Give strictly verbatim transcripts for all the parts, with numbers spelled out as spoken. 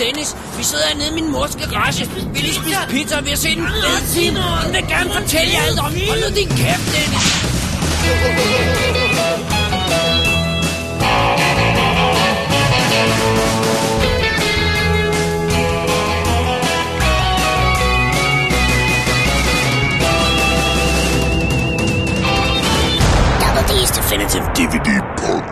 Dennis. Vi sidder hernede i min mors garage. Vi lige spise pizza, og vi har set en fed film. Hun vil gerne fortælle jer alt om. Hold nu din kæft, Dennis. Double D's Definitive D V D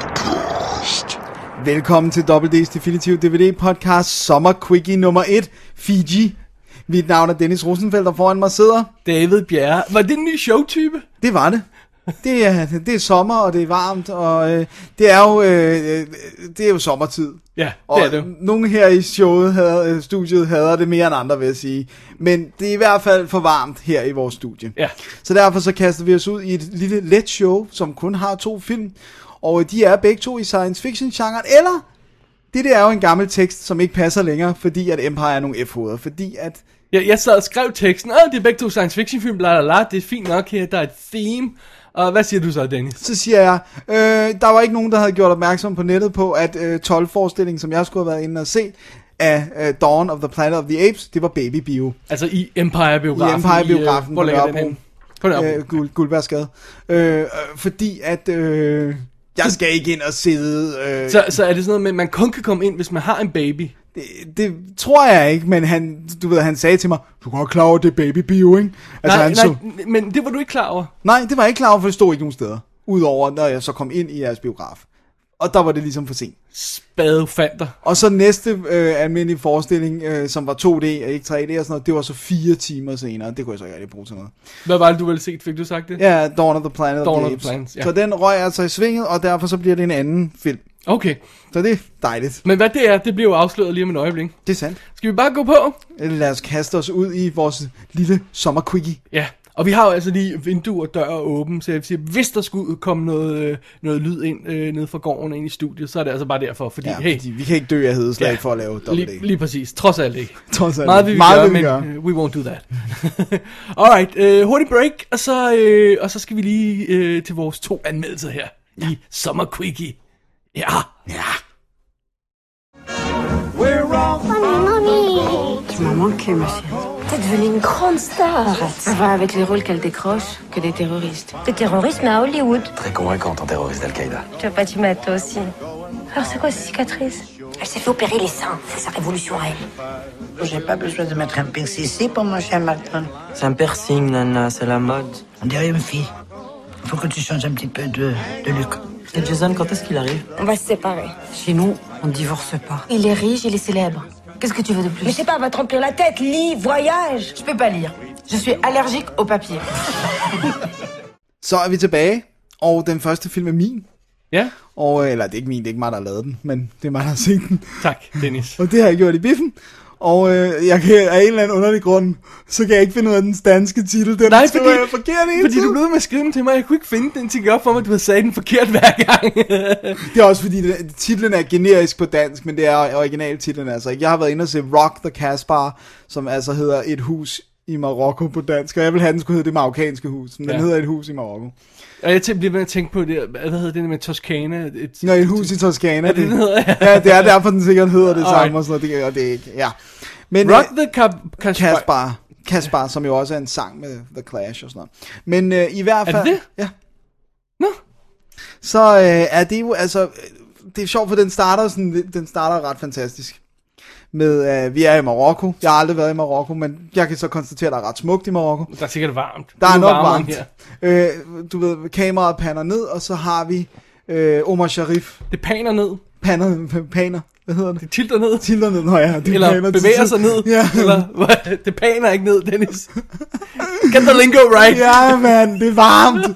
Podcast. Velkommen til Double D's Definitive D V D Podcast, Sommer Quickie nummer et, Fiji. Mit navn er Dennis Rosenfeldt, og foran mig sidder David Bjerre. Var det en ny showtype? Det var det. Det er, det er sommer, og det er varmt, og øh, det er jo øh, det er jo sommertid. Ja, det og er det. Nogle her i showet, hader, studiet hader det mere end andre, vil jeg sige. Men det er i hvert fald for varmt her i vores studie. Ja. Så derfor så kaster vi os ud i et lille let show, som kun har to film. Og de er begge to i science fiction genren, eller det der er jo en gammel tekst, som ikke passer længere, fordi at Empire er nogle F-hoveder, fordi at... Jeg, jeg sad og skrev teksten, og det er begge to science fiction film, bla bla bla, det er fint nok her, der er et theme. Og hvad siger du så, Dennis? Så siger jeg, øh, der var ikke nogen, der havde gjort opmærksom på nettet på, at øh, tolv-forestillingen, som jeg skulle have været inde og se, af øh, Dawn of the Planet of the Apes, det var Baby Bio. Altså i Empire-biografen? I Empire-biografen i, uh, hvor ligger den hen? På Nørrebro. Øh, Guld, Guldbergsgade. Øh, øh, fordi at... Øh, jeg skal ikke ind og sidde... Øh, så, så er det sådan noget med, at man kun kan komme ind, hvis man har en baby? Det, det tror jeg ikke, men han, du ved, han sagde til mig, du er godt klar over, det er Baby Bio, ikke? Altså, nej, han nej, så, men det var du ikke klar over? Nej, det var jeg ikke klar over, for det stod ikke nogen steder. Udover, når jeg så kom ind i jeres biograf. Og der var det ligesom for sent. Spadefanter. Og så næste øh, almindelige forestilling, øh, som var to D og ikke tre D og sådan noget, det var så fire timer senere. Det kunne jeg så ikke rigtig bruge til noget. Hvad var det, du ville set? Fik du sagt det? Ja, Dawn of the Planet Dawn of the Apes. Planet, ja. Så den røg altså i svinget, og derfor så bliver det en anden film. Okay. Så det er dejligt. Men hvad det er, det bliver jo afsløret lige om et øjeblik. Det er sandt. Skal vi bare gå på? Lad os kaste os ud i vores lille sommerquickie. Ja. Og vi har jo altså lige vinduer og døre åbne, så jeg vil sige, hvis der skulle komme noget, noget lyd ind øh, ned fra gården ind i studiet, så er det altså bare derfor, fordi, ja, hey, fordi vi kan ikke dø af hedeslag ja, for at lave dobbelt D. Lige, lige præcis, trods alt ikke. Trods alt meget vil vi meget gøre, vil vi men gøre. Uh, we won't do that. Alright, uh, hurtig break, og så, uh, og så skal vi lige uh, til vores to anmeldelser her ja. i Summer Quickie. Ja, ja. We're wrong. Mamie. Tu m'as manqué, ma chérie. T'es devenue une grande star. Ça va avec les rôles qu'elle décroche que des terroristes. Des terroristes, mais à Hollywood. Très convaincant en terroriste d'Al-Qaïda. Tu vas pas t'y mettre, toi aussi. Alors, c'est quoi ces cicatrices? Elle s'est fait opérer les seins. C'est sa révolution à elle. J'ai pas besoin de mettre un piercing ici pour mon chien Martin. C'est un piercing, Nana, c'est la mode. On dirait une fille. Il faut que tu changes un petit peu de, de look. Et Jason, quand est-ce qu'il arrive? On va se séparer. Chez nous, on ne divorce pas. Il est riche, il est célèbre. Qu'est-ce que tu veux de plus? Mais je sais pas, va te remplir la tête. Lis, voyage. Je peux pas lire. Je suis allergique au papier. Så er vi tilbage, og den første film er min. Ja. Og, eller det er ikke min, det er ikke mig, der har lavet den, men det er mig, der har set den. Tak, Dennis. Og det har jeg gjort i biffen. Og øh, jeg kan af en eller anden underlig grund, så kan jeg ikke finde ud af den danske titel. Den Nej, fordi, fordi, jeg forkert fordi du blev med at skrive den til mig, jeg kunne ikke finde den til op for mig, du havde sagt den forkert hver gang. Det er også fordi, det, titlen er generisk på dansk, men det er originaltitlen altså ikke. Jeg har været inde og se Rock the Casbah, som altså hedder Et hus i Marokko på dansk, og jeg vil have, den skulle hedde Det marokkanske hus, men den ja. hedder Et hus i Marokko. Og jeg bliver ved at tænke på det, hvad hedder det med Toskana? Et, Nå, Et hus i Toskana. Ja, det, det hedder, ja. Ja, det er derfor, den sikkert hedder det samme, og sådan noget, det, og det er ikke, ja. Men, Rock the Casbah. Casbah. Casbah, som jo også er en sang med The Clash og sådan noget. Men øh, i hvert fald... Er det det? Ja. Nå. Så øh, er det jo, altså... Det er sjovt, for den starter, sådan, den starter ret fantastisk. Med, øh, vi er i Marokko. Jeg har aldrig været i Marokko, men jeg kan så konstatere, at der er ret smukt i Marokko. Der er sikkert varmt. Der er nok varmt. Øh, du ved, kameraet panner ned, og så har vi øh, Omar Sharif. Det paner ned. Paner, paner. Hvad hedder det? Det tilter ned. Tilter ned, nå ja. Det Eller paner, bevæger det, sig ned. Ja. Eller, det paner ikke ned, Dennis. Get the lingo right. Ja, man, det er varmt.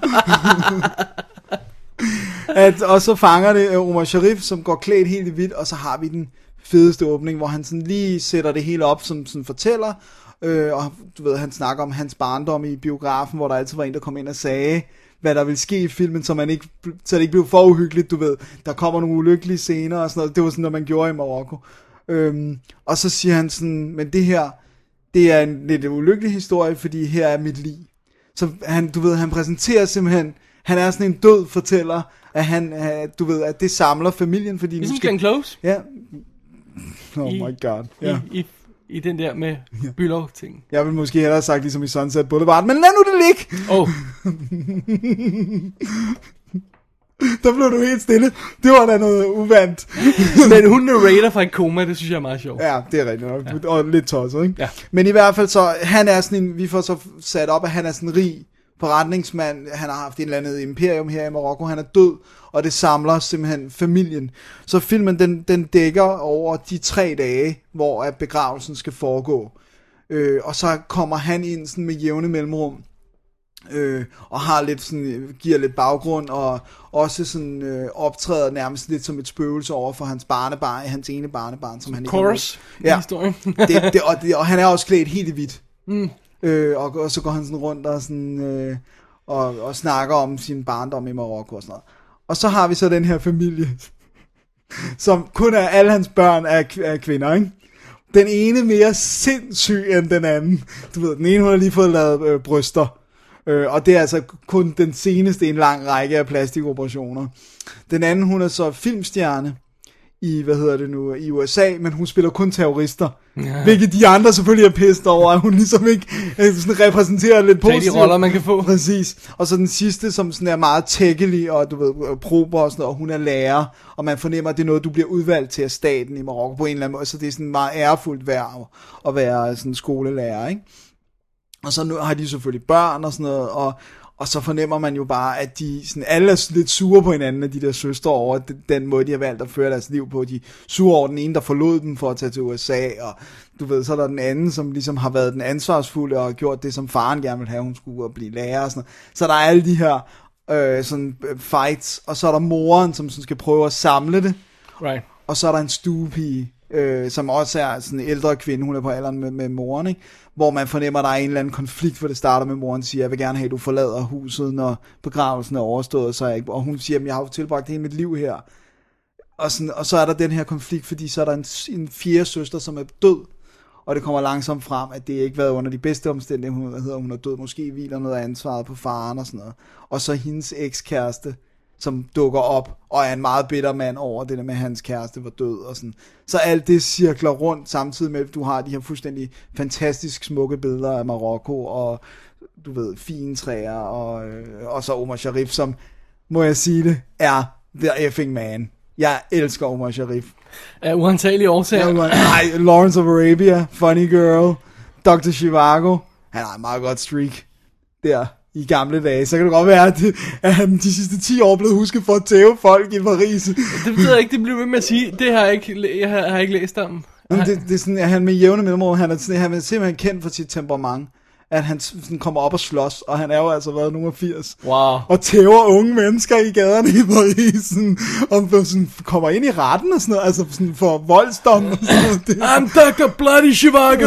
At, og så fanger det Omar Sharif, som går klædt helt i hvidt, og så har vi den fedeste åbning, hvor han sådan lige sætter det hele op, som sådan fortæller, øh, og du ved, han snakker om hans barndom i biografen, hvor der altid var en, der kom ind og sagde, hvad der ville ske i filmen, så, man ikke, så det ikke blev for uhyggeligt, du ved. Der kommer nogle ulykkelige scener og sådan noget. Det var sådan noget, man gjorde i Marokko. Øhm, og så siger han sådan, men det her, det er en lidt ulykkelig historie, fordi her er mit lig. Så han, du ved, han præsenterer simpelthen, han er sådan en død fortæller, at han, at, du ved, at det samler familien, fordi ligesom Glenn Close? Ja. Oh i, my god. Ja. I, i, i den der med Bylov-ting. Jeg vil måske hellere have sagt ligesom i Sunset Boulevard, men lad nu det ligge! Oh. Der blev du helt stille. Det var da noget uvandt. Men hun narrator fra et koma, det synes jeg er meget sjovt. Ja, det er rigtigt nok. Ja. Og lidt tosset, ikke? Ja. Men i hvert fald så, han er sådan en, vi får så sat op, at han er sådan en rig forretningsmand. Han har haft et eller andet imperium her i Marokko. Han er død, og det samler simpelthen familien. Så filmen, den, den dækker over de tre dage, hvor at begravelsen skal foregå. Øh, og så kommer han ind sådan med jævne mellemrum. Øh, og har lidt sådan, giver lidt baggrund, og også sådan øh, optræder nærmest lidt som et spøgelse over for hans barnebarn, hans ene barnebarn, som han ikke Chorus i ja. historien. det, det, og, det, og han er også klædt helt i hvidt. Mm. Øh, og, og så går han sådan rundt og sådan øh, og, og snakker om sin barndom i Marokko og sådan noget. Og så har vi så den her familie, som kun er alle hans børn er, er kvinder, ikke? Den ene mere sindssyg end den anden. Du ved, den ene hun har lige fået lavet øh, bryster. Øh, og det er altså kun den seneste i en lang række af plastikoperationer. Den anden, hun er så filmstjerne i, hvad hedder det nu, i U S A, men hun spiller kun terrorister. Ja. Hvilket de andre selvfølgelig er pissed over, at hun ligesom ikke øh, sådan repræsenterer lidt positivt. De roller, man kan få. Præcis. Og så den sidste, som sådan er meget tækkelig, og du ved, prober og sådan noget, og hun er lærer, og man fornemmer, at det er noget, du bliver udvalgt til af staten i Marokko på en eller anden måde, så det er sådan meget ærefuldt værd at være sådan skolelærer, ikke? Og så nu har de selvfølgelig børn og sådan noget, og, og så fornemmer man jo bare, at de sådan, alle er lidt sure på hinanden af de der søstre over den, den måde, de har valgt at føre deres liv på. De er sure over den ene, der forlod dem for at tage til U S A, og du ved, så er der den anden, som ligesom har været den ansvarsfulde og gjort det, som faren gerne ville have, hun skulle blive lærer og sådan noget. Så der er alle de her øh, sådan fights, og så er der moren, som sådan skal prøve at samle det. Right. Og så er der en stuepige, øh, som også er sådan en ældre kvinde, hun er på alderen med, med moren, ikke? Hvor man fornemmer, at der er en eller anden konflikt, hvor det starter med, moren siger, jeg vil gerne have, at du forlader huset, når begravelsen er overstået, så jeg ikke... Og hun siger, jeg har jo tilbragt hele mit liv her. Og, sådan, og så er der den her konflikt, fordi så er der en, en fjerde søster, som er død, og det kommer langsomt frem, at det ikke været under de bedste omstændigheder, hun er død, måske hviler noget af ansvaret på faren og sådan noget. Og så hendes ekskæreste, som dukker op, og er en meget bitter mand over det der med, at hans kæreste var død, og sådan. Så alt det cirkler rundt, samtidig med, at du har de her fuldstændig fantastisk smukke billeder af Marokko, og du ved, fine træer, og, øh, og så Omar Sharif, som, må jeg sige det, er the effing man. Jeg elsker Omar Sharif. Af uantagelige årsager. Nej, Lawrence of Arabia, Funny Girl, doktor Zhivago, han har en meget godt streak der i gamle dage, så kan det godt være, at, det, at han de sidste ti år blev husket for at tæve folk i Paris. Det betyder jeg ikke, det bliver ved med at sige. Det har jeg ikke, jeg har, jeg har ikke læst om. Det, det er sådan, at han med jævne mellemrum, han er, sådan, han er simpelthen kendt for sit temperament, at han sådan kommer op og slås, og han er jo altså været nummer firs. Wow. Og tæver unge mennesker i gaderne i Paris, sådan, og sådan, kommer ind i retten og sådan noget, altså sådan for voldsdom og sådan noget. Det. I'm doktor Bloody Zhivago.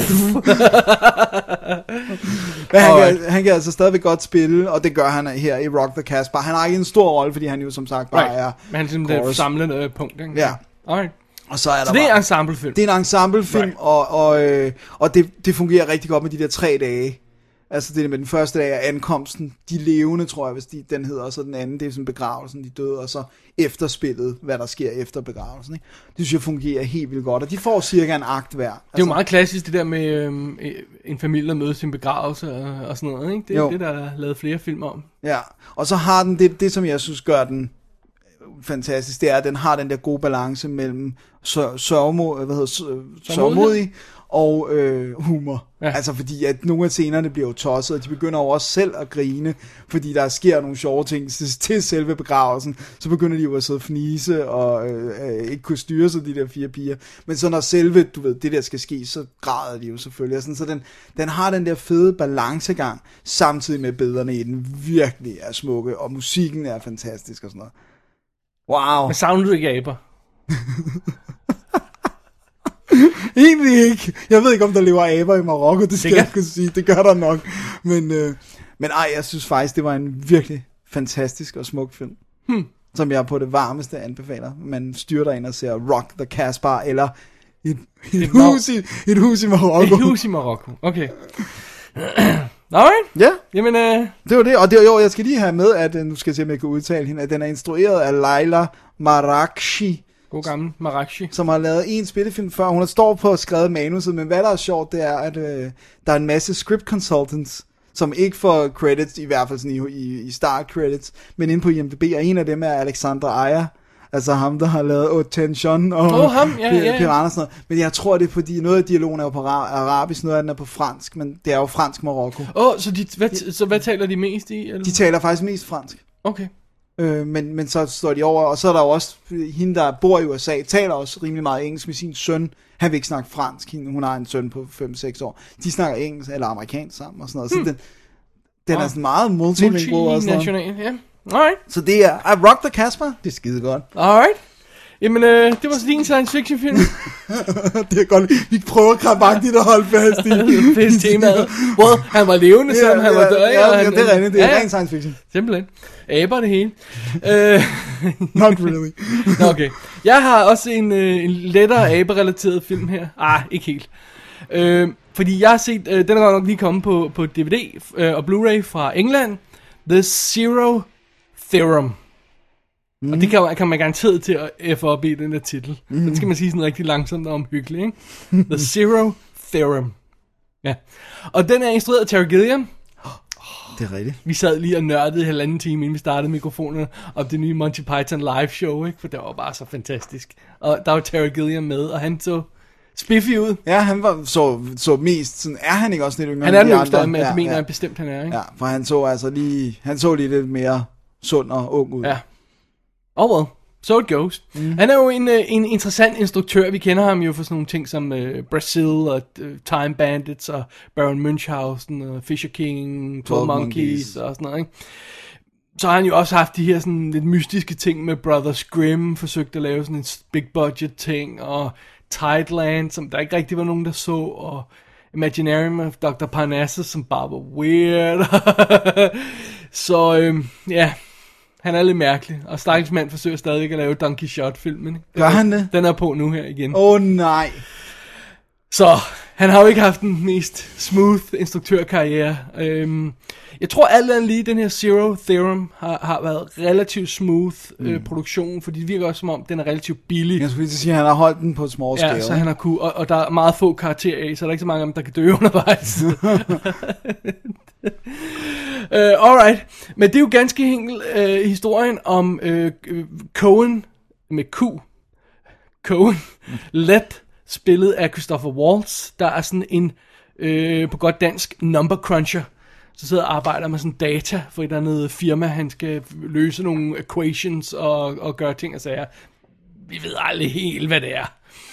Men han, kan, han kan altså stadigvæk godt spille, og det gør han her i Rock the Casbah. Han har ikke en stor rolle, fordi han jo som sagt bare right. er... Men han er simpelthen det samlende punkt, ikke? Ja. Alright. Og så er der så det er bare, en ensemblefilm. Det er en ensemblefilm, right. og, og, øh, og det, det fungerer rigtig godt med de der tre dage. Altså det med den første dag af ankomsten, de levende, tror jeg, hvis de, den hedder, og så den anden, det er sådan begravelsen, de døde, og så efterspillet, hvad der sker efter begravelsen. Ikke? Det synes jeg fungerer helt vildt godt, og de får cirka en akt hver. Altså, det er jo meget klassisk, det der med øhm, en familie, der møder sin begravelse og, og sådan noget, ikke? Det er jo det, der er lavet flere film om. Ja, og så har den, det, det som jeg synes gør den fantastisk, det er, at den har den der gode balance mellem sør, sørgmod, hvad hedder, sørgmodig og øh, humor. Ja. Altså fordi at nogle af scenerne bliver jo tosset, og de begynder jo også selv at grine, fordi der sker nogle sjove ting til selve begravelsen, så begynder de jo at sidde og fnise og øh, øh, ikke kunne styre sig, de der fire piger. Men så når selve, du ved, det der skal ske, så græder de jo selvfølgelig. Sådan, så den, den har den der fede balancegang, samtidig med billederne i den virkelig er smukke, og musikken er fantastisk og sådan noget. Wow. Men savner du ikke aber? Egentlig ikke. Jeg ved ikke, om der lever aber i Marokko, det skal jeg ikke sige. Det gør der nok. Men, øh, men ej, jeg synes faktisk, det var en virkelig fantastisk og smuk film. Hmm. Som jeg på det varmeste anbefaler. Man styrter ind og ser Rock the Casbah, eller et, et, et, hus, i, et hus i Marokko. Et hus i Marokko, okay. Alright. Ja. Jamen, øh... det var det. Og det, jo, jeg skal lige have med, at nu skal jeg se, om jeg kan udtale hende, at den er instrueret af Laila Marakshi, God gammel Marashi. Som har lavet en spillefilm før. Hun har står på og skrevet manuset, men hvad der er sjovt, det er, at øh, der er en masse script consultants, som ikke får credits, i hvert fald sådan i, i, i start credits, men inde på I M D B, og en af dem er Alexander Aya, altså ham, der har lavet Attention og oh, ham. Ja, ja, ja. Piranha og sådan noget. Men jeg tror, det er fordi, noget af dialogen er jo på arabisk, noget af den er på fransk, men det er jo fransk Marokko. Åh, oh, så, de, hvad, så hvad taler de mest i? Eller? De taler faktisk mest fransk. Okay. Øh, men, men så står de over, og så er der jo også hende, der bor i U S A, taler også rimelig meget engelsk med sin søn. Han vil ikke snakke fransk. Hende, hun har en søn på fem seks år. De snakker engelsk eller amerikansk sammen og sådan noget. Hmm. Så den, den oh. er sådan meget multilingual og sådan noget. Ja. Alright. Så det er I Rock the Casbah. Det er skide godt. Alright. Jamen, øh, det var så din science fiction film. Det er godt. Vi prøver krampagtigt at holde fast i. Fest temaet. Well, han var levende, så ja, han var død. Ja, ja, han, det er rigtigt. Det er ja, ren science fiction. Simpelthen. Aber det hele. uh, Not really. Okay. Jeg har også en, øh, en lettere aber-relateret film her. Ah, ikke helt. Uh, fordi jeg har set, uh, den er nok lige kommet på, på D V D uh, og Blu-ray fra England. The Zero Theorem. Mm. Og det kan, kan man garanteret til at F op i den der titel. Mm. Den skal man sige sådan rigtig langsomt og omhyggeligt, ikke? The Zero Theorem. Ja. Og den er instrueret af Terry Gilliam. Det er rigtigt. Vi sad lige og nørdede i halvanden time, inden vi startede mikrofonerne op det nye Monty Python live show, ikke? For det var bare så fantastisk. Og der var Terry Gilliam med, og han så spiffy ud. Ja, han var så, så mest sådan, er han ikke også lidt yngre? Han er den yngste, men jeg mener ja. bestemt, han er, ikke? Ja, for han så altså lige, han så lige lidt mere sund og ung ud. Ja. Oh well, so it goes. Mm. Han er jo en, en interessant instruktør. Vi kender ham jo for sådan nogle ting som uh, Brazil og uh, Time Bandits og Baron Münchhausen og Fisher King, twelve Monkeys og sådan noget, ikke? Så har han jo også haft de her sådan lidt mystiske ting med Brothers Grimm, forsøgt at lave sådan en big budget ting, og Tideland, som der ikke rigtig var nogen, der så, og Imaginarium of doktor Parnassus, som bare var weird. Så øhm, ja, han er lidt mærkelig, og stakkels mand forsøger stadig at lave Don Quixote-filmen. Gør han det? Den er på nu her igen. Åh oh, nej. Så han har jo ikke haft den mest smooth instruktørkarriere. Øhm, jeg tror alt andet lige, den her Zero Theorem har, har været relativt smooth mm. øh, produktion, fordi det virker også som om, den er relativt billig. Jeg skulle lige sige, at han har holdt den på small scale. Ja, så han har kunne, og, og der er meget få karakterer af, så der er ikke så mange af dem, der kan dø undervejs. uh, alright, men det er jo ganske enkelt uh, historien om uh, Coen med Q. Coen, let spillet af Christopher Waltz, der er sådan en, øh, på godt dansk, number cruncher. Så sidder og arbejder med sådan data for et eller andet firma. Han skal løse nogle equations og, og gøre ting og sager. Vi ved aldrig helt, hvad det er.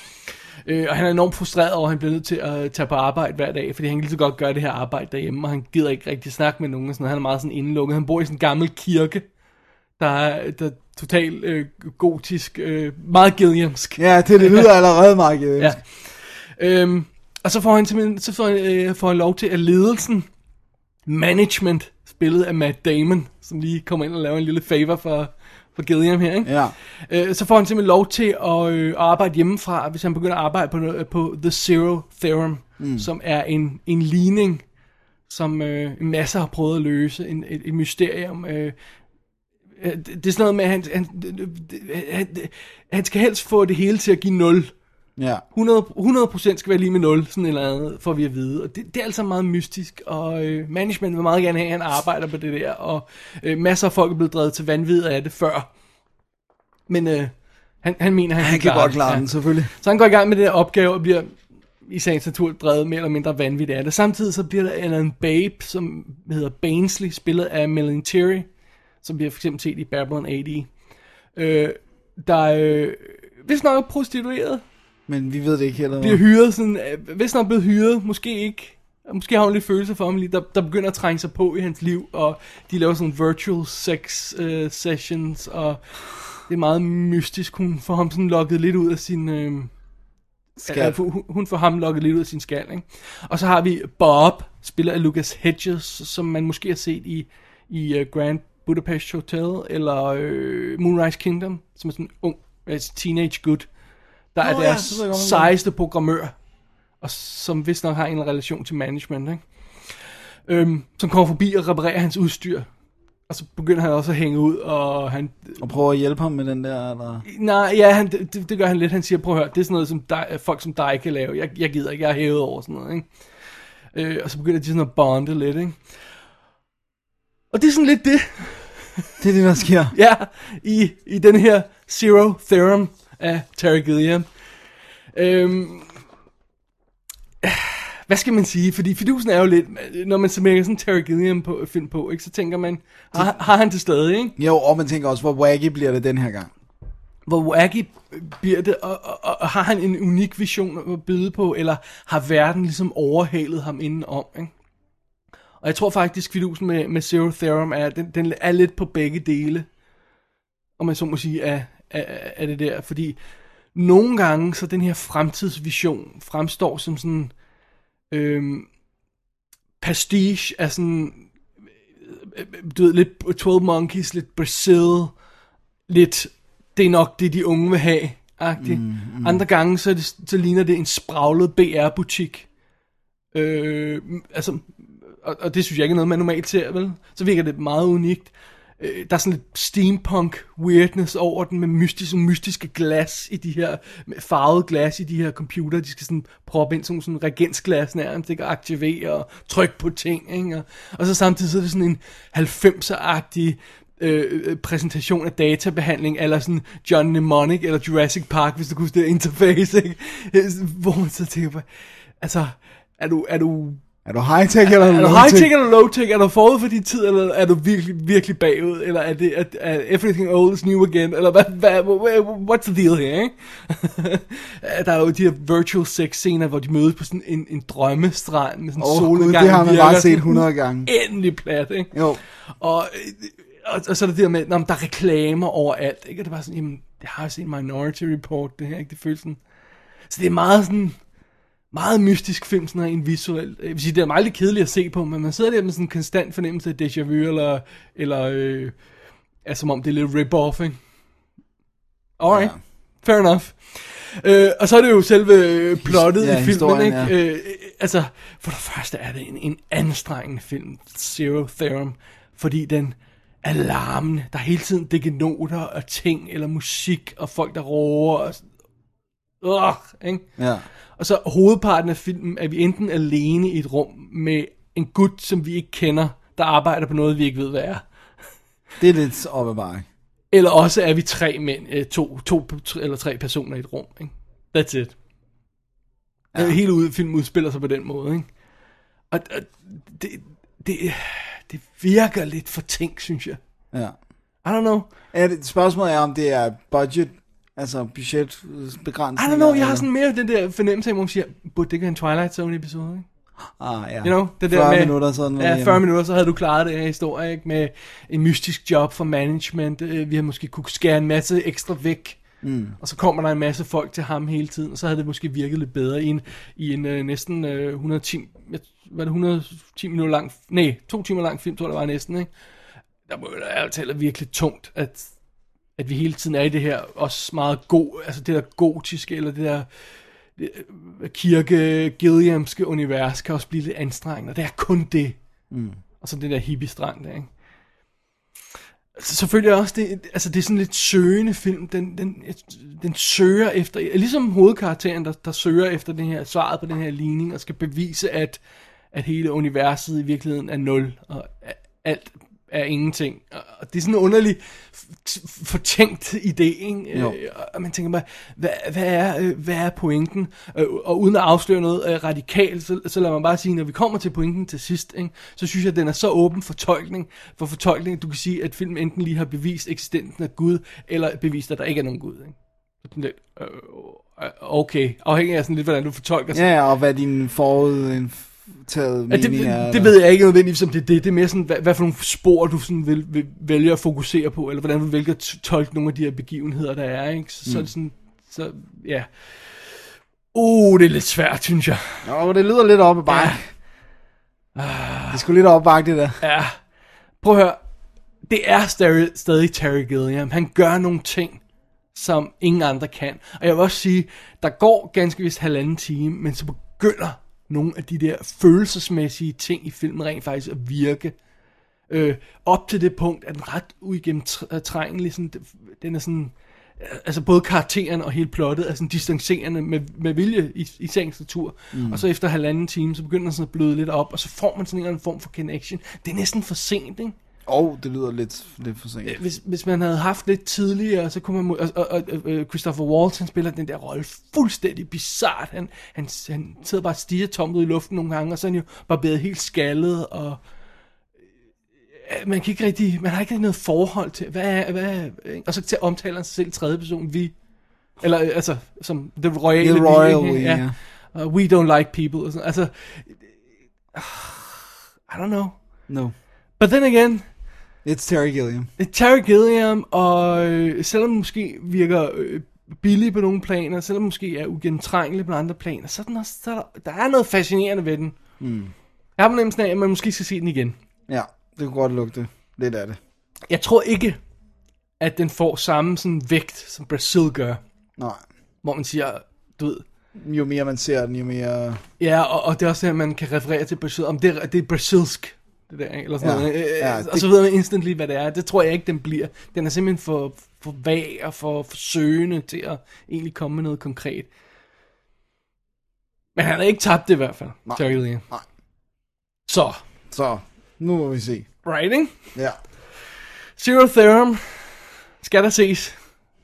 Øh, og han er enormt frustreret over, at han bliver nødt til at tage på arbejde hver dag, fordi han kan lige så godt gøre det her arbejde derhjemme, og han gider ikke rigtig snakke med nogen. Og sådan. Han er meget sådan indelukket. Han bor i sådan en gammel kirke, der er, der er totalt øh, gotisk, øh, meget Gilliamsk. Ja, det, det lyder allerede meget Gilliamsk. Ja. Øhm, og så får han simpelthen så får, øh, får han lov til, at ledelsen, management, spillet af Matt Damon, som lige kommer ind og laver en lille favor for, for Gilliam her, ikke? Ja. Øh, så får han simpelthen lov til at øh, arbejde hjemmefra, hvis han begynder at arbejde på, på The Zero Theorem, mm. som er en, en ligning, som øh, masser har prøvet at løse, en, et, et mysterium. Øh, det er sådan noget med, at han, han, han, han skal helst få det hele til at give nul. Ja. hundrede procent skal være lige med nul, sådan eller andet, får vi at vide. Og det, det er altså meget mystisk, og øh, management vil meget gerne have, at han arbejder på det der, og øh, masser af folk er blevet drevet til vanvid af det før. Men øh, han, han mener, han, han kan, kan godt klare den, ja. Selvfølgelig. Så han går i gang med det der opgave, og bliver i sagens natur drevet mere eller mindre vanvittigt af det. Samtidig så bliver der en babe, som hedder Bainsley, spillet af Melanie Thierry, som vi har for eksempel set i Babylon A D, øh, der øh, vist nok er prostitueret. Men vi ved det ikke heller. Bliver hyret sådan, øh, vist nok blevet hyret, måske ikke. Måske har hun lidt følelse for ham lige, der, der begynder at trænge sig på i hans liv, og de laver sådan virtual sex øh, sessions, og det er meget mystisk. Hun får ham sådan lukket lidt ud af sin... Øh, skal. Øh, hun, hun får ham lukket lidt ud af sin skal, ikke? Og så har vi Bob, spiller af Lucas Hedges, som man måske har set i, i uh, Grand Budapest Hotel, eller øh, Moonrise Kingdom, som er sådan en ung, altså teenage gut, der oh, er deres ja, sejeste programmør, og som vist nok har en relation til management, ikke? Øhm, som kommer forbi og reparerer hans udstyr, Og så begynder han også at hænge ud, og han... Og prøver at hjælpe ham med den der, eller... Nej, ja, han, det, det gør han lidt. Han siger, prøv at høre, det er sådan noget, som dig, folk som dig kan lave. Jeg, jeg gider ikke, jeg er hævet over sådan noget, ikke? Øh, og så begynder de sådan at bonde lidt, ikke? Og det er sådan lidt det. Det er det, der sker. Ja, i, i den her Zero Theorem af Terry Gilliam. Øhm, hvad skal man sige? Fordi fidusen er jo lidt, når man smækker sådan en Terry Gilliam på, film på, ikke, så tænker man, har, har han det stadig, ikke? Jo, og man tænker også, hvor wacky bliver det den her gang? Hvor wacky bliver det, og, og, og har han en unik vision at byde på, eller har verden ligesom overhalet ham indenom, ikke? Og jeg tror faktisk, fidusen med, med Zero Theorem er, den, den er lidt på begge dele, om man så må sige, af, af, af det der. Fordi nogle gange, så den her fremtidsvision fremstår som sådan øhm, pastiche af sådan, du ved, lidt twelve Monkeys, lidt Brazil, lidt, det er nok det, de unge vil have, agtigt. Mm, mm. Andre gange, så, det, så ligner det en spraglet B R-butik. Øh, altså... Og, og det synes jeg ikke er noget, man normalt ser, vel? Så virker det meget unikt. Øh, der er sådan lidt steampunk weirdness over den, med mystisk, mystiske glas i de her, med farvet glas i de her computer. De skal sådan proppe ind som sådan reagensglas nærmest, ikke? Og aktivere og trykke på ting, ikke? Og, og så samtidig så er det sådan en halvfemser-agtig øh, præsentation af databehandling, eller sådan John Mnemonic eller Jurassic Park, hvis du kunne huske det interface, ikke? Hvor man så tænker på, altså, er du, er du Er du high-tech eller low-tech? Er du high-tech eller low-tech? Er du forud for din tid, eller er du virkelig, virkelig bagud? Eller er det er, er everything old is new again? Eller hvad, hvad, what's the deal her, ikke? Der er jo de her virtual sex scener, hvor de mødes på sådan en, en drømmestrand med sådan en oh, solnedgang. Det har man bare set hundrede gange. Endelig plat, ikke? Jo. Og, og, og så er det der med, når der er reklamer overalt, ikke? Og det er bare sådan, jamen, det har jeg set Minority Report, det her, ikke? Det føles sådan. Så det er meget sådan... meget mystisk film, sådan en visuel. Jeg vil sige, det er meget lidt kedeligt at se på, men man sidder der med sådan en konstant fornemmelse af déjà vu, eller, eller øh, er som om det er lidt rip-off, ikke? Alright, ja. Fair enough. Øh, og så er det jo selve plottet ja, i filmen, ikke? Ja. Øh, altså, for det første er det en, en anstrengende film, Zero Theorem, fordi den er larmende. Der er hele tiden degenoter og ting, eller musik, og folk, der råber, og øh, ikke? Ja. Og så hovedparten af filmen er vi enten alene i et rum med en gut, som vi ikke kender, der arbejder på noget, vi ikke ved, hvad er. Det er lidt op ad bakke. Eller også er vi tre mænd, to, to eller tre personer i et rum, ikke? That's it. Ja. Hele ud, filmen udspiller sig på den måde, ikke? Og, og det, det, det virker lidt for tænkt, synes jeg. Ja. I don't know. Ja, det, spørgsmålet er, om det er budget, altså budgetbegrænsning. I don't know, jeg har sådan mere den der fornemmelse af, hvor man siger, burde det ikke være en Twilight Zone episode, ikke? Ah, ja. You know, det der fyrre med, minutter sådan ja, fyrre minutter, så havde du klaret det her historie, ikke? Med en mystisk job for management. Vi havde måske kunne skære en masse ekstra væk. Mm. Og så kommer der en masse folk til ham hele tiden, og så havde det måske virket lidt bedre i en, i en uh, næsten uh, hundrede og ti, var det hundrede og ti minutter lang, nej, to timer lang film, tror jeg det var næsten, ikke? Der må jo altså virkelig tungt, at, at vi hele tiden er i det her, også meget god, altså det der gotiske, eller det der det, kirke, Gilliamske univers, kan også blive lidt anstrengende, og det er kun det. Mm. Og så det der hippie-strand der, ikke? Så selvfølgelig også, det, altså det er sådan lidt søgende film, den, den, den søger efter, ligesom hovedkarakteren, der, der søger efter den her, svaret på den her ligning, og skal bevise, at, at hele universet i virkeligheden er nul, og alt er ingenting. Og det er sådan en underlig fortænkt idé, ikke? Og man tænker bare, hvad, hvad, er, hvad er pointen? Og uden at afsløre noget radikalt, så, så lader man bare sige, når vi kommer til pointen til sidst, ikke? Så synes jeg, at den er så åben for tolkning, for fortolkning, du kan sige, at filmen enten lige har bevist eksistensen af Gud, eller bevist, at der ikke er nogen Gud, ikke? Sådan lidt, øh, okay, afhængig af sådan lidt, hvordan du fortolker. Ja, og hvad din forud taget ja, det, det, det ved jeg ikke nødvendigvis, om det er det. Det er mere sådan, hvad, hvad for nogle spor, du sådan vil, vil vælge at fokusere på, eller hvordan du vælger at tolke nogle af de her begivenheder, der er, ikke? Så, mm. så er det sådan, så, ja. Uh, det er lidt svært, synes jeg. Jo, det lyder lidt op ad bakke. Ja. Ah. Det er sgu lidt op ad bakke, det der. Ja. Prøv at høre. Det er stadig, stadig Terry Gilliam. Han gør nogle ting, som ingen andre kan. Og jeg vil også sige, der går ganske vist halvanden time, men så begynder nogle af de der følelsesmæssige ting i filmen rent faktisk at virke. Øh, op til det punkt er den ret uigennemtrængelig. Sådan, den er sådan... Altså både karakteren og hele plottet er sådan distancerende med, med vilje i, i sagens natur. Mm. Og så efter halvanden time, så begynder den sådan at bløde lidt op, og så får man sådan en eller anden form for connection. Det er næsten for sent, ikke? Åh, oh, det lyder lidt, lidt for sent. Hvis, hvis man havde haft lidt tidligere, så kunne man... Og, og, og, og Christopher Waltz, han spiller den der rolle fuldstændig bizart. Han, han, han sidder bare og stiger tomt ud i luften nogle gange, og så er han jo bare blevet helt skaldet, og... Man kan ikke rigtig, man har ikke rigtig noget forhold til, hvad er, hvad er, og så til at omtale sig selv i tredje person, vi, eller altså, som the royale, the royal, vi, ja, yeah. uh, we don't like people, og sådan, altså, uh, I don't know. No. But then again, it's Terry Gilliam. It's Terry Gilliam, og øh, selvom det måske virker øh, billig på nogle planer, selvom det måske er ugennemtrængelig på andre planer, så er den også, så er der, der er noget fascinerende ved den. Mm. Jeg har på nemlig af, at man måske skal se den igen. Ja. Det kunne godt lugte lidt af det. Jeg tror ikke, at den får samme sådan vægt, som Brazil gør. Nej. Hvor man siger, du ved... Jo mere man ser den, jo mere... Ja, og, og det er også det, at man kan referere til Brazil, om det er, det er brasilsk, det der, eller sådan ja. noget. Ja, og det... så ved man instantly, hvad det er. Det tror jeg ikke, den bliver. Den er simpelthen for, for vag og for, for søgende til at egentlig komme med noget konkret. Men han har ikke tabt det i hvert fald, Terry Gilliam. Nej. Så... Så... Nu må vi se. Writing? Ja. Zero Theorem. Skal der ses?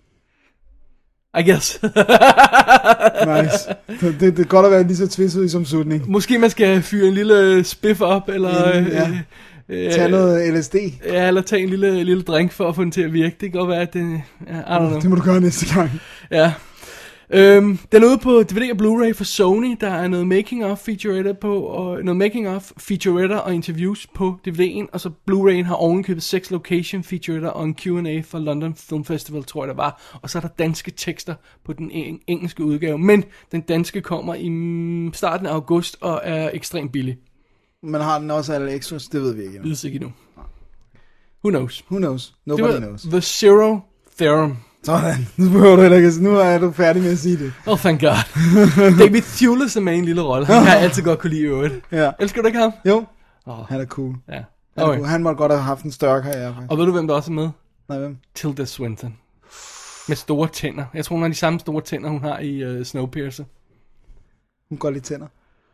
I guess. Nice. Det, det, det er godt at være lige så tvistet som slutning. Måske man skal fyre en lille spiff op, eller... Mm, ja. øh, Tag noget L S D. Ja, eller tage en lille, lille drink for at få den til at virke. Det kan godt være, at det... Ja, I don't know. Det må du gøre næste gang. Ja. Øhm, den er ude på D V D og Blu-ray for Sony. Der er noget making of featurette på, og noget making of featurette og interviews på D V D'en, og så Blu-ray'en har ovenkøbet seks location featurette og en Q and A fra London Film Festival, tror jeg der var. Og så er der danske tekster på den eng- engelske udgave, men den danske kommer i starten af august og er ekstremt billig. Men har den også alle extras? Det ved vi ikke endnu. Det ved ikke endnu. Who knows? Who knows? Nobody knows. The Zero Theorem. Sådan, nu behøver du heller ikke, nu er du færdig med at sige det. Oh, thank God. David Thewlis er med i en lille rolle. Han har jeg altid godt kunne lide i øvrigt. Ja. Elsker du ikke ham? Jo, oh. han er cool. Ja. Han, er cool. Han måtte godt have haft en større karriere. Faktisk. Og ved du, hvem der også er med? Nej, hvem? Tilda Swinton. Med store tænder. Jeg tror, hun har de samme store tænder, hun har i uh, Snowpiercer. Hun går lidt tænder.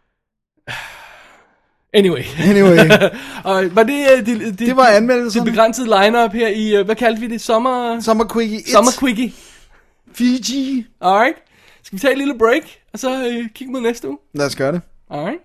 Anyway. Anyway. Og var det, det, det, det var anmeldelsen. Det begrænsede line-up her i, hvad kaldte vi det? Sommer... Summer Quickie et. Summer Quickie. Fiji. Alright. Skal vi tage et lille break, og så øh, kigge mod næste uge? Lad os gøre det. Alright.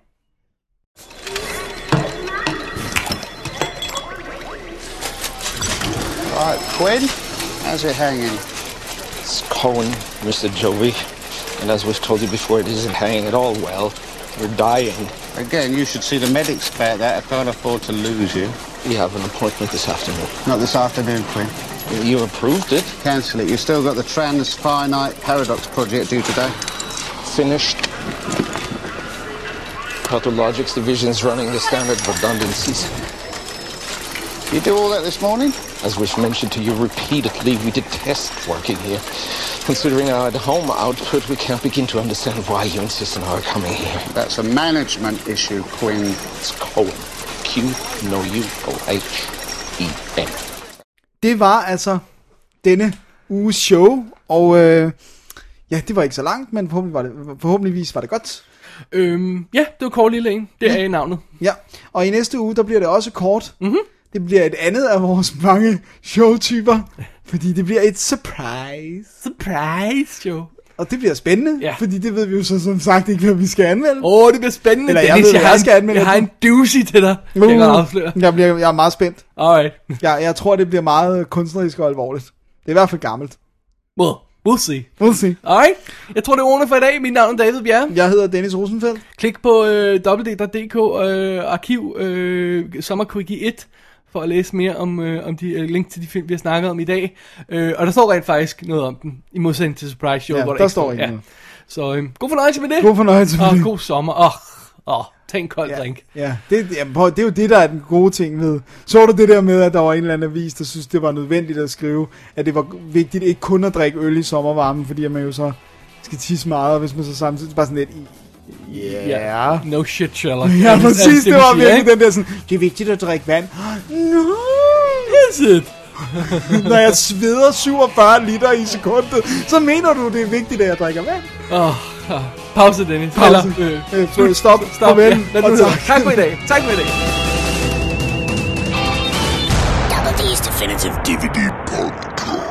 Alright, Quinn, how's it hanging? It's Cohen, Mister Joey. And as we've told you before, it isn't hanging at all well. We're dying. Again, you should see the medics about that. I can't afford to lose you. We have an appointment this afternoon. Not this afternoon, Quinn. You approved it. Cancel it. You've still got the Trans-Finite Paradox project due today. Finished. Cartologics division's running the standard redundancies. You do all that this morning? As we've mentioned to you repeatedly, we detest working here. Considering our at-home output, we can't begin to understand why you insist on our coming here. That's a management issue, Quinn. It's Cohen. Q, no U, O H, E, N. Det var altså denne uges show, og øh, ja, det var ikke så langt, men forhåbentlig var det, forhåbentligvis var det godt. Øhm, ja, det var kort lille en. Det er ja. navnet. Ja, og i næste uge, der bliver det også kort. Mhm. Det bliver et andet af vores mange showtyper, fordi det bliver et surprise. Surprise show. Og det bliver spændende, ja. Fordi det ved vi jo så som sagt ikke, hvad vi skal anmelde. Åh, oh, det bliver spændende. Eller jeg, jeg, ved, jeg, jeg, jeg skal anmelde. Jeg har en doozy til dig. Uh, jeg, jeg, bliver, jeg er meget spændt. Alright. jeg, jeg tror, det bliver meget kunstnerisk og alvorligt. Det er i hvert fald gammelt. Well, we'll see. We'll see. Alright. Jeg tror, det er ordene for i dag. Mit navn er David Bjerre. Jeg hedder Dennis Rosenfeldt. Klik på øh, w w w punktum d k øh, arkiv øh, Summer Quickie et for at læse mere om, øh, om de øh, link til de film, vi har snakket om i dag. Øh, og der står rent faktisk noget om den, i modsætning til Surprise Show. Ja, hvor der, der ikke står ikke ja. noget. Så øh, god fornøjelse med det. God fornøjelse med og det. god sommer. Åh, oh, oh, tag en kold ja, drink. Ja, det, jamen, prøv, det er jo det, der er den gode ting ved. Så du det der med, at der var en eller anden avis, der synes, det var nødvendigt at skrive, at det var vigtigt ikke kun at drikke øl i sommervarmen, fordi at man jo så skal tisse meget, og hvis man så samtidig bare sådan lidt, Ja. No shit, Sherlock. Ja, Altså, præcis, altså, det var siger, virkelig ikke? den der sådan, det er vigtigt at drikke vand. No. Is it? Når jeg sveder syvogfyrre liter i sekundet, så mener du, det er vigtigt, at jeg drikker vand? Åh, oh, pause, Dennis. Pause. Eller, øh, øh, stop, stop. Farvel. Ja, lad Og nu tak. tak for i dag. Tak for i dag. Double D's Definitive D V D Podcast.